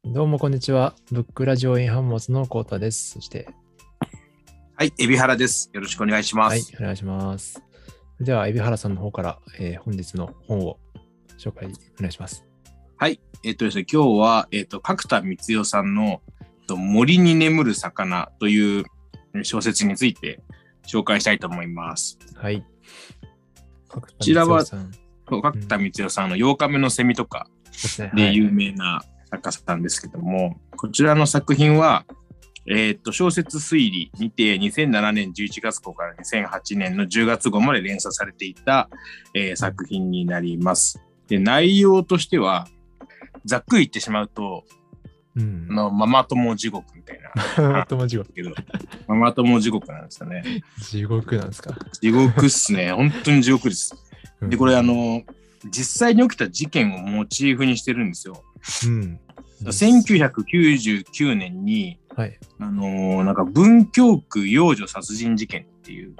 どうもこんにちは。ブックラジオインハンモスのコータです。そして、 はい、海老原です。よろしくお願いしまはい、 す。 お願いします。では、海老原さんの方から、本日の本を紹介お願いします。 はい、ですね、今日は、角田光代さんの森に眠る魚という小説について紹介したいと思います。 はい。 こちらは、 角角田光代さんの8日目のセミとかで有名な作家さんですけども、こちらの作品は、小説推理にて2007年11月号から2008年の10月号まで連載されていた、作品になります。で、内容としては、ざっくり言ってしまうと、ママ友地獄みたいな。 ママ友地獄。 ママ友地獄なんですよね。 地獄なんですか。 地獄っすね。本当に地獄です。で、これ実際に起きた事件をモチーフにしてるんですよ。1999年に、 はい、 なんか文京区幼女殺人事件っていう、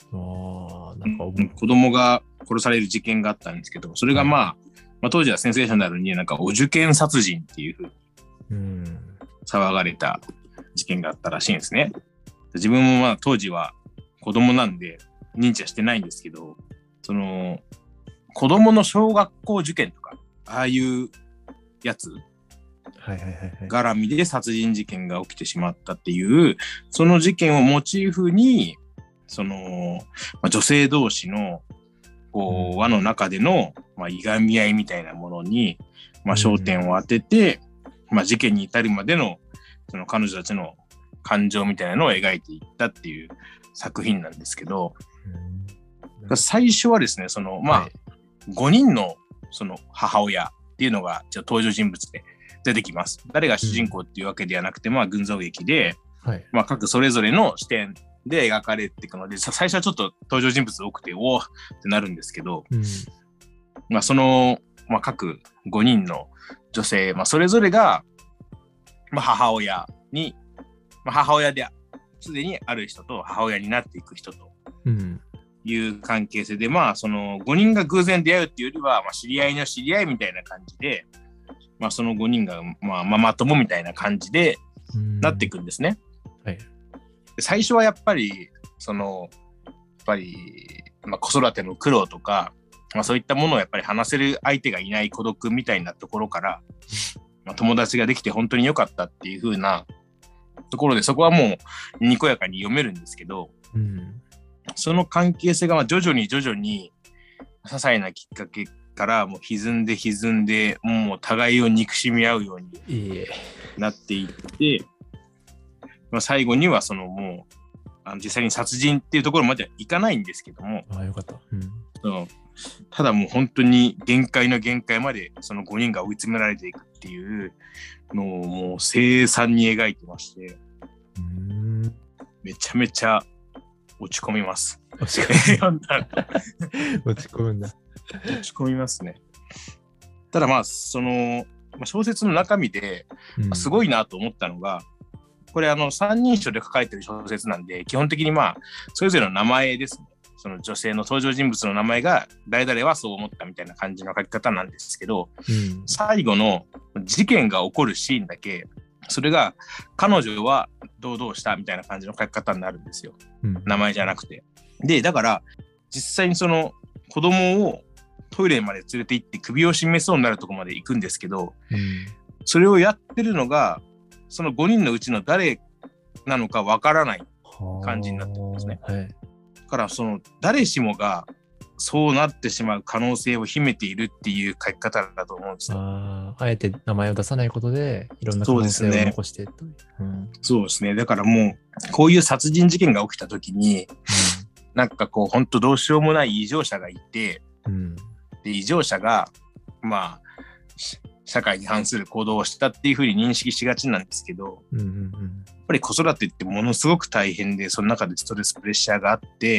子供が殺される事件があったんですけど、それが当時はセンセーショナルになんかお受験殺人っていうふうに騒がれた事件があったらしいんですね。自分も当時は子供なんで認知はしてないんですけど、その子供の小学校受験とか、ああいうやつ絡みで殺人事件が起きてしまったっていう、その事件をモチーフに、女性同士の輪の中での、いがみ合いみたいなものに、焦点を当てて、事件に至るまでのその彼女たちの感情みたいなのを描いていったっていう作品なんですけど、最初はですね、5人のその母親っていうのが登場人物で出てきます。誰が主人公っていうわけではなくて、群像劇で、各それぞれの視点で描かれていくので、最初はちょっと登場人物多くておーってなるんですけど、各5人の女性、それぞれが、母親に、母親ですでにある人と母親になっていく人という関係性で、その5人が偶然出会うっていうよりは、知り合いの知り合いみたいな感じで、その5人が、ママ友みたいな感じでなっていくんですね。最初はやっぱり子育ての苦労とか、そういったものをやっぱり話せる相手がいない孤独みたいなところから、友達ができて本当に良かったっていう風なところで、そこはもうにこやかに読めるんですけど、その関係性が徐々に些細なきっかけからもう歪んでもう互いを憎しみ合うようになっていって、最後にはもう実際に殺人っていうところまではいかないんですけども、 よかった。 ただもう本当に限界の限界までその5人が追い詰められていくっていうのをもう凄惨に描いてまして、めちゃめちゃ落ち込みます。 落ち込むんだ。 落ち込みますね。ただ小説の中身ですごいなと思ったのが、これ三人称で書かれてる小説なんで、基本的にそれぞれの名前ですね。その女性の登場人物の名前が誰々はそう思ったみたいな感じの書き方なんですけど、最後の事件が起こるシーンだけ、それが彼女はどうしたみたいな感じの書き方になるんですよ。名前じゃなくて。で、だから実際にその子供をトイレまで連れて行って首を絞めそうになるところまで行くんですけど、それをやってるのがその5人のうちの誰なのかわからない感じになってるんですね。だからその誰しもがそうなってしまう可能性を秘めているっていう書き方だと思うんですよ。 あえて名前を出さないことでいろんな可能性を残してという。 そうですね。だからもうこういう殺人事件が起きた時に、なんか本当どうしようもない異常者がいて、で異常者が社会に反する行動をしたっていうふうに認識しがちなんですけど、やっぱり子育てってものすごく大変で、その中でストレスプレッシャーがあって、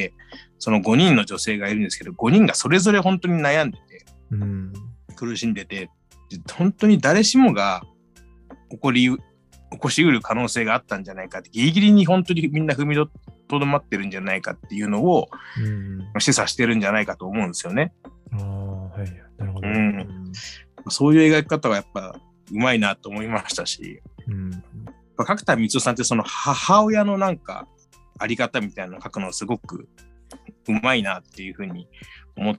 その5人の女性がいるんですけど、5人がそれぞれ本当に悩んでて、苦しんでて、本当に誰しもが起こしうる可能性があったんじゃないかって、ギリギリに本当にみんな踏みとどまってるんじゃないかっていうのを示唆してるんじゃないかと思うんですよね。 なるほど。 そういう描き方はやっぱうまいなと思いましたし、 うん、 角田光代さんってその母親のなんかあり方みたいなのを書くのすごくうまいなっていうふうに思って、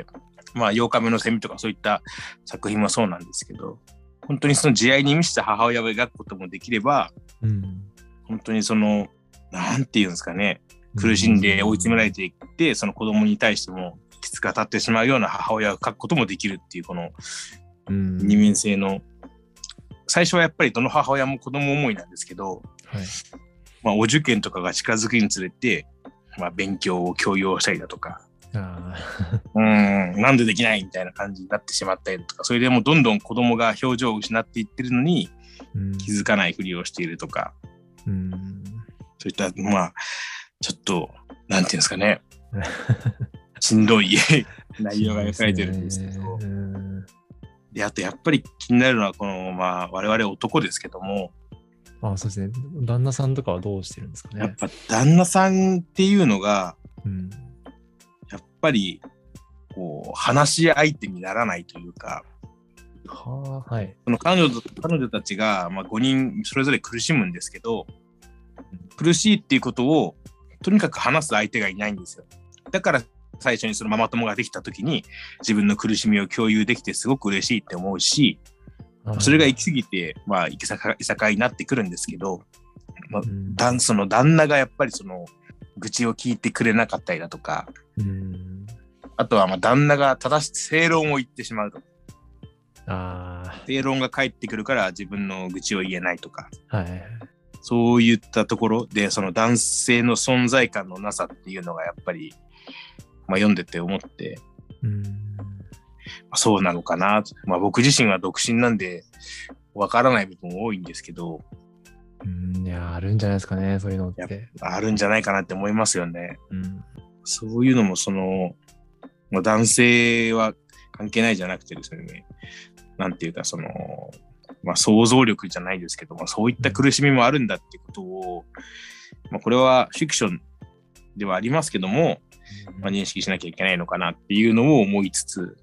まあ8日目のセミとかそういった作品もそうなんですけど、本当にその慈愛に満ちた母親を描くこともできれば、うん、本当にそのなんていうんですかね、苦しんで追い詰められていって、その子供に対してもきつく当たってしまうような母親を描くこともできるっていうこの二面性の、最初はやっぱりどの母親も子供思いなんですけど、はい、まあ、お受験とかが近づくにつれて、まあ、勉強を強要したりだとか、なんでできないみたいな感じになってしまったりとか、それでもうどんどん子供が表情を失っていってるのに気づかないふりをしているとか、そういったまあちょっとなんていうんですかねしんどい内容が描かれてるんですけど、であとやっぱり気になるのはこの、まあ、我々男ですけども、 そうですね、旦那さんとかはどうしてるんですかね。 やっぱ旦那さんっていうのが、やっぱりこう話し相手にならないというか、 はい、 その彼女たちが、まあ、5人それぞれ苦しむんですけど、苦しいっていうことをとにかく話す相手がいないんですよ。だから最初にそのママ友ができた時に自分の苦しみを共有できてすごく嬉しいって思うし、それが行き過ぎて、まあ、いさかいになってくるんですけど、まあ、その旦那がやっぱりその愚痴を聞いてくれなかったりだとか、あとはまあ旦那が正論を言ってしまうと。正論が返ってくるから自分の愚痴を言えないとか、そういったところでその男性の存在感のなさっていうのがやっぱり、まあ、読んでて思って、そうなのかな、まあ、僕自身は独身なんでわからない部分多いんですけど、 いやあるんじゃないですかね、そういうのって。 あるんじゃないかなって思いますよね。そういうのもその、まあ、男性は関係ないじゃなくてですね、なんていうかその、まあ、想像力じゃないですけど、まあ、そういった苦しみもあるんだってことを、まあ、これはフィクションではありますけども、まあ、認識しなきゃいけないのかなっていうのを思いつつ、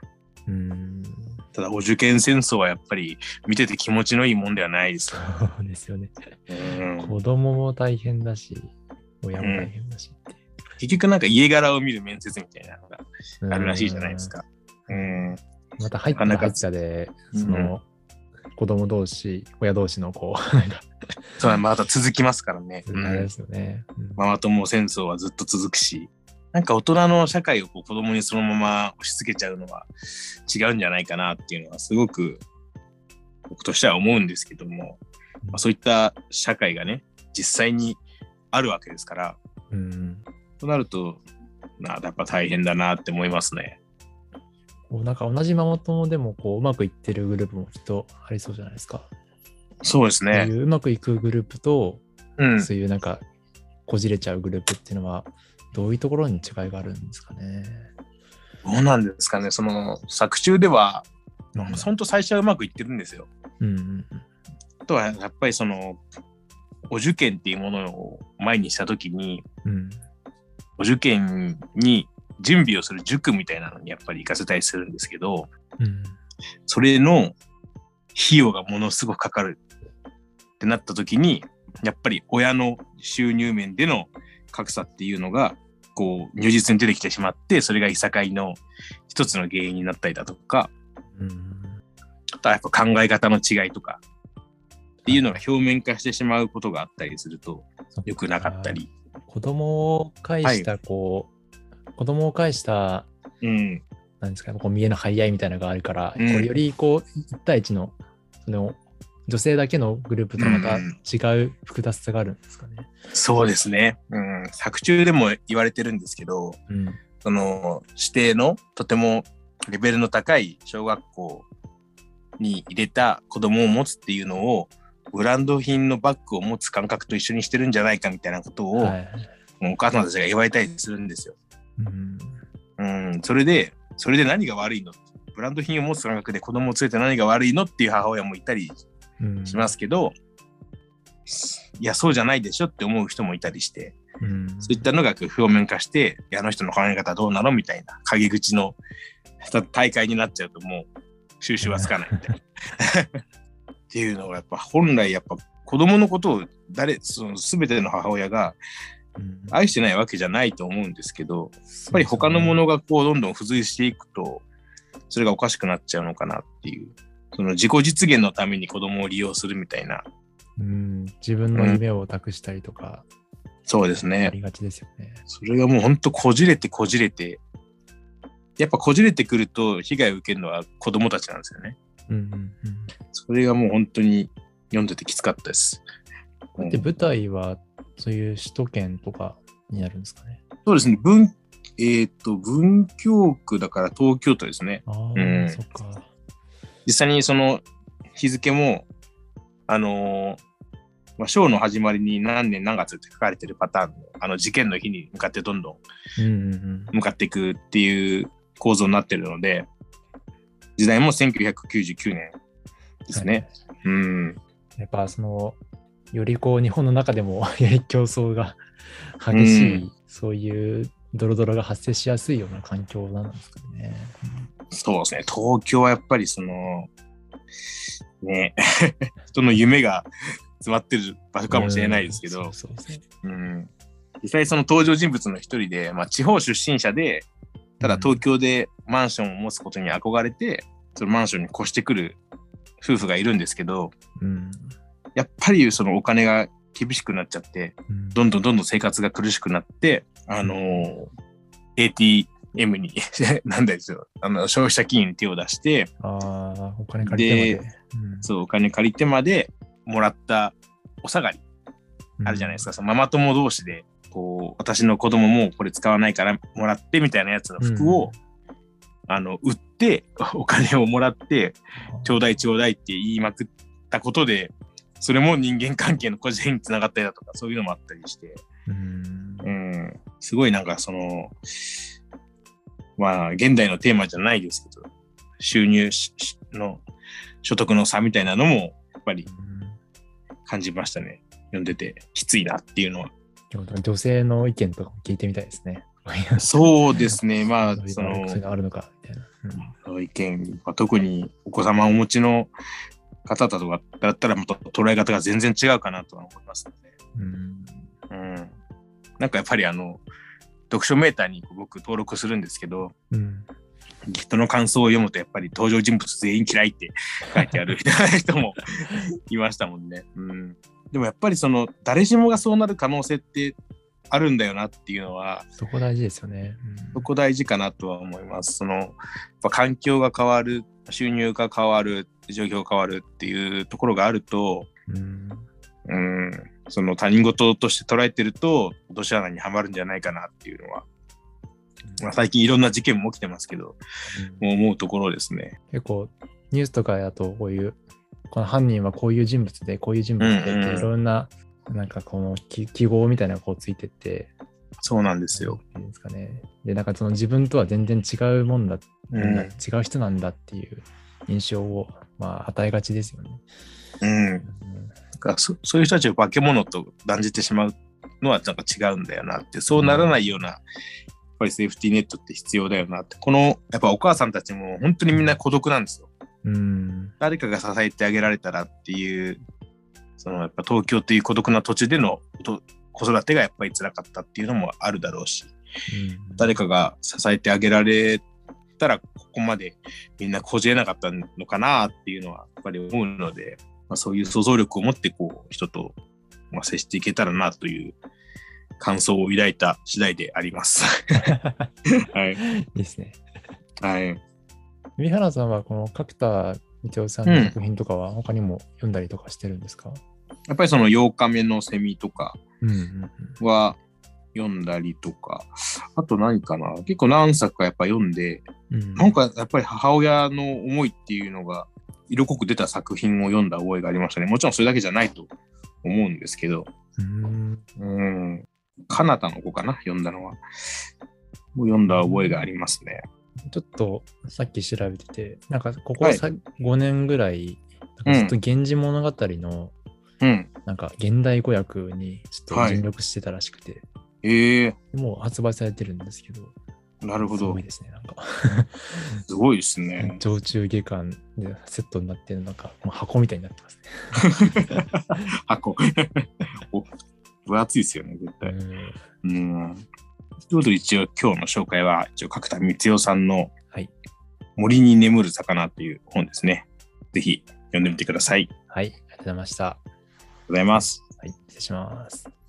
ただお受験戦争はやっぱり見てて気持ちのいいもんではないですよ。 そうですよね。子供も大変だし、親も大変だしって、 結局なんか家柄を見る面接みたいなのがあるらしいじゃないですか。 また入ったで、その子供同士、親同士のこうなんかそうまた続きますからね。 あれですよね。 ママ友戦争はずっと続くし、なんか大人の社会をこう子供にそのまま押し付けちゃうのは違うんじゃないかなっていうのはすごく僕としては思うんですけども、まあ、そういった社会がね実際にあるわけですから、となるとやっぱ大変だなって思いますね。 なんか同じママ友でもこううまくいってるグループもきっとありそうじゃないですか。 そうですね。 うまくいくグループと、そういうなんかこじれちゃうグループっていうのはどういうところに違いがあるんですかね。 どうなんですかね。その作中では、本当最初はうまくいってるんですよ。あとはやっぱりそのお受験っていうものを前にしたときに、お受験に準備をする塾みたいなのにやっぱり行かせたりするんですけど、それの費用がものすごくかかるってなった時に、やっぱり親の収入面での格差っていうのがこう如実に出てきてしまって、それがいさかいの一つの原因になったりだとか、あとはやっぱ考え方の違いとかっていうのが表面化してしまうことがあったりすると良くなかったり、 子供を介した子供を介したなんですかね、こう見えの張り合いみたいなのがあるから、これよりこう1対1のその女性だけのグループとまた違う複雑さがあるんですかね。 そうですね。作中でも言われてるんですけど、その指定のとてもレベルの高い小学校に入れた子供を持つっていうのをブランド品のバッグを持つ感覚と一緒にしてるんじゃないかみたいなことを、お母さんたちが言われたりするんですよ。それで何が悪いの？ブランド品を持つ感覚で子供を連れて何が悪いのっていう母親もいたりしますけど、いやそうじゃないでしょって思う人もいたりして、そういったのが表面化して、あの人の考え方どうなのみたいな陰口の大会になっちゃうともう収拾はつかないみたいなていうのがやっぱ本来やっぱ子供のことをその全ての母親が愛してないわけじゃないと思うんですけど、やっぱり他のものがこうどんどん付随していくとそれがおかしくなっちゃうのかなっていう、その自己実現のために子供を利用するみたいな、 自分の夢を託したりとか、 そうですね、 ありがちですよね。 それがもうほんとこじれてやっぱこじれてくると被害を受けるのは子供たちなんですよね。それがもう本当に読んでてきつかったです。 で舞台はそういう首都圏とかになるんですかね。 そうですね。文京区だから東京都ですね。 そっか。 実際にその日付も章の始まりに何年何月って書かれてるパターンの事件の日に向かってどんどん向かっていくっていう構造になってるので、時代も1999年ですね。 やっぱそのよりこう日本の中でもより競争が激しい、そういうドロドロが発生しやすいような環境なんですかね。 そうですね。東京はやっぱりそのね人の夢が詰まってる場所かもしれないですけど、実際その登場人物の一人で、地方出身者でただ東京でマンションを持つことに憧れて、そのマンションに越してくる夫婦がいるんですけど、やっぱりそのお金が厳しくなっちゃって、どんどん生活が苦しくなって、ATM になんだよ、消費者金融に手を出して、 お金借りてまで、 そうお金借りてまでもらったお下がりあるじゃないですか、そのママ友同士でこう私の子供もこれ使わないからもらってみたいなやつの服を、売ってお金をもらってちょうだいって言いまくったことで、それも人間関係のこじれにつながったりだとか、そういうのもあったりして、すごいなんかその現代のテーマじゃないですけど、収入の所得の差みたいなのもやっぱり感じましたね。読んでてきついなっていうのは。 女性の意見とかも聞いてみたいですね。 そうですね。 そういうのあるのかみたいな。意見、特にお子様をお持ちの方とかだったら、また捉え方が全然違うかなとは思いますので。なんかやっぱり読書メーターに僕登録するんですけど、人の感想を読むとやっぱり登場人物全員嫌いって書いてあるみたいな人もいましたもんね。でもやっぱりその誰しもがそうなる可能性ってあるんだよなっていうのは、 そこ大事ですよね。 そこ大事かなとは思います。そのやっぱ環境が変わる、収入が変わる、状況が変わるっていうところがあると、その他人事として捉えてると落とし穴にはまるんじゃないかなっていうのは、最近いろんな事件も起きてますけど、もう思うところですね。 結構ニュースとかだとこの犯人はこういう人物でこういう人物でっていろんななんかこの記号みたいなのがこうついてって、 そうなんですよ。 ですかね。でなんかその自分とは全然違うもんだ、違う人なんだっていう印象を与えがちですよね。 そういう人たちを化け物と断じてしまうのはなんか違うんだよなって、そうならないような、やっぱりセーフティーネットって必要だよなって。やっぱお母さんたちも本当にみんな孤独なんですよ。誰かが支えてあげられたらっていう、そのやっぱ東京という孤独な土地での子育てがやっぱり辛かったっていうのもあるだろうし、誰かが支えてあげられたらここまでみんなこじれなかったのかなっていうのはやっぱり思うので、そういう想像力を持ってこう人と接していけたらなという感想を抱いた次第であります。はい。 いいですね。 はい。 海原さんはこの角田光代さんの作品とかは他にも読んだりとかしてるんですか？ やっぱりその8日目のセミとかは読んだりとか、あと何かな、結構何作かやっぱ読んで、なんかやっぱり母親の思いっていうのが色濃く出た作品を読んだ覚えがありましたね。もちろんそれだけじゃないと思うんですけど、カナタの子かな、読んだのは。読んだ覚えがありますね。 ちょっとさっき調べてて、なんかここ5年ぐらい、ずっと源氏物語の、なんか現代語訳にちょっと尽力してたらしくて、もう発売されてるんですけど、 なるほど。すごいですね、なんか。 すごいですね。 上中下巻でセットになってるのか、箱みたいになってますね。 箱。分厚いですよね、絶対。ということで、一応今日の紹介は、角田光代さんの森に眠る魚っていう本ですね。ぜひ読んでみてください。 はい、ありがとうございました。ありがとうございます。 はい、失礼します。